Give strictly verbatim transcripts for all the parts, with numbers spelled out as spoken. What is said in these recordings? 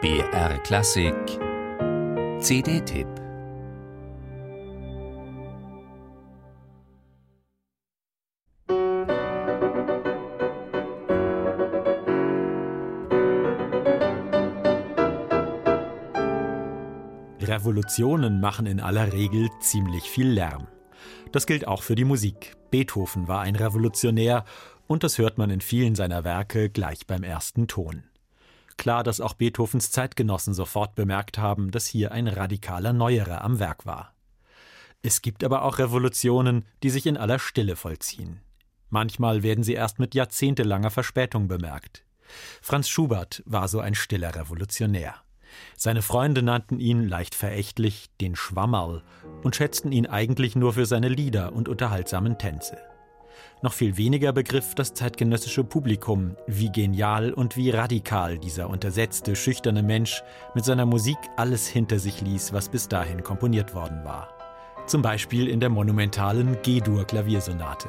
B R Klassik C D-Tipp. Revolutionen machen in aller Regel ziemlich viel Lärm. Das gilt auch für die Musik. Beethoven war ein Revolutionär und das hört man in vielen seiner Werke gleich beim ersten Ton. Klar, dass auch Beethovens Zeitgenossen sofort bemerkt haben, dass hier ein radikaler Neuerer am Werk war. Es gibt aber auch Revolutionen, die sich in aller Stille vollziehen. Manchmal werden sie erst mit jahrzehntelanger Verspätung bemerkt. Franz Schubert war so ein stiller Revolutionär. Seine Freunde nannten ihn leicht verächtlich den Schwammerl und schätzten ihn eigentlich nur für seine Lieder und unterhaltsamen Tänze. Noch viel weniger begriff das zeitgenössische Publikum, wie genial und wie radikal dieser untersetzte, schüchterne Mensch mit seiner Musik alles hinter sich ließ, was bis dahin komponiert worden war. Zum Beispiel in der monumentalen G-Dur-Klaviersonate.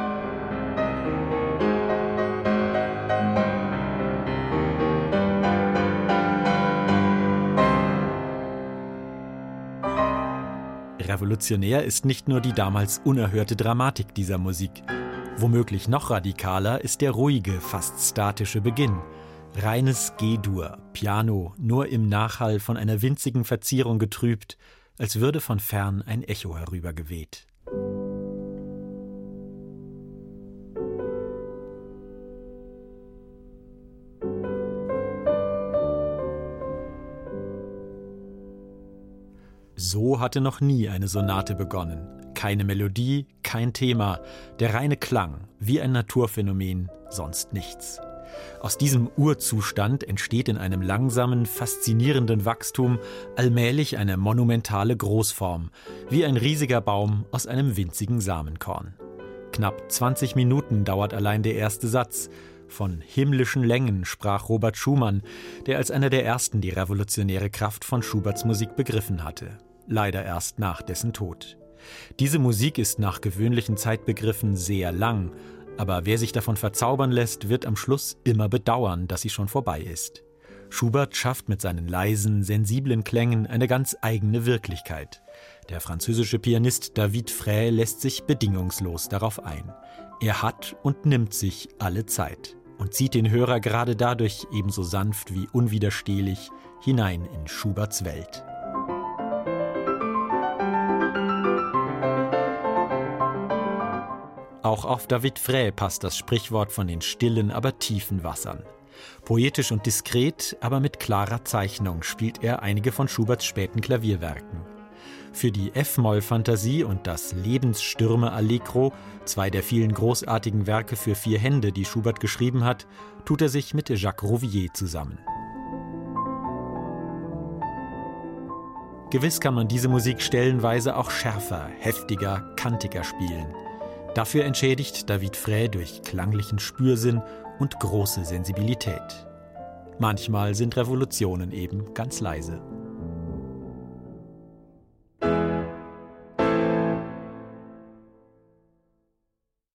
Revolutionär ist nicht nur die damals unerhörte Dramatik dieser Musik. Womöglich noch radikaler ist der ruhige, fast statische Beginn. Reines G-Dur, Piano, nur im Nachhall von einer winzigen Verzierung getrübt, als würde von fern ein Echo herübergeweht. So hatte noch nie eine Sonate begonnen. Keine Melodie, kein Thema, der reine Klang, wie ein Naturphänomen, sonst nichts. Aus diesem Urzustand entsteht in einem langsamen, faszinierenden Wachstum allmählich eine monumentale Großform, wie ein riesiger Baum aus einem winzigen Samenkorn. Knapp zwanzig Minuten dauert allein der erste Satz. Von himmlischen Längen sprach Robert Schumann, der als einer der ersten die revolutionäre Kraft von Schuberts Musik begriffen hatte. Leider erst nach dessen Tod. Diese Musik ist nach gewöhnlichen Zeitbegriffen sehr lang, aber wer sich davon verzaubern lässt, wird am Schluss immer bedauern, dass sie schon vorbei ist. Schubert schafft mit seinen leisen, sensiblen Klängen eine ganz eigene Wirklichkeit. Der französische Pianist David Fray lässt sich bedingungslos darauf ein. Er hat und nimmt sich alle Zeit und zieht den Hörer gerade dadurch ebenso sanft wie unwiderstehlich hinein in Schuberts Welt. Auch auf David Fray passt das Sprichwort von den stillen, aber tiefen Wassern. Poetisch und diskret, aber mit klarer Zeichnung spielt er einige von Schuberts späten Klavierwerken. Für die F-Moll-Fantasie und das Lebensstürme-Allegro, zwei der vielen großartigen Werke für vier Hände, die Schubert geschrieben hat, tut er sich mit Jacques Rouvier zusammen. Gewiss kann man diese Musik stellenweise auch schärfer, heftiger, kantiger spielen. Dafür entschädigt David Fray durch klanglichen Spürsinn und große Sensibilität. Manchmal sind Revolutionen eben ganz leise.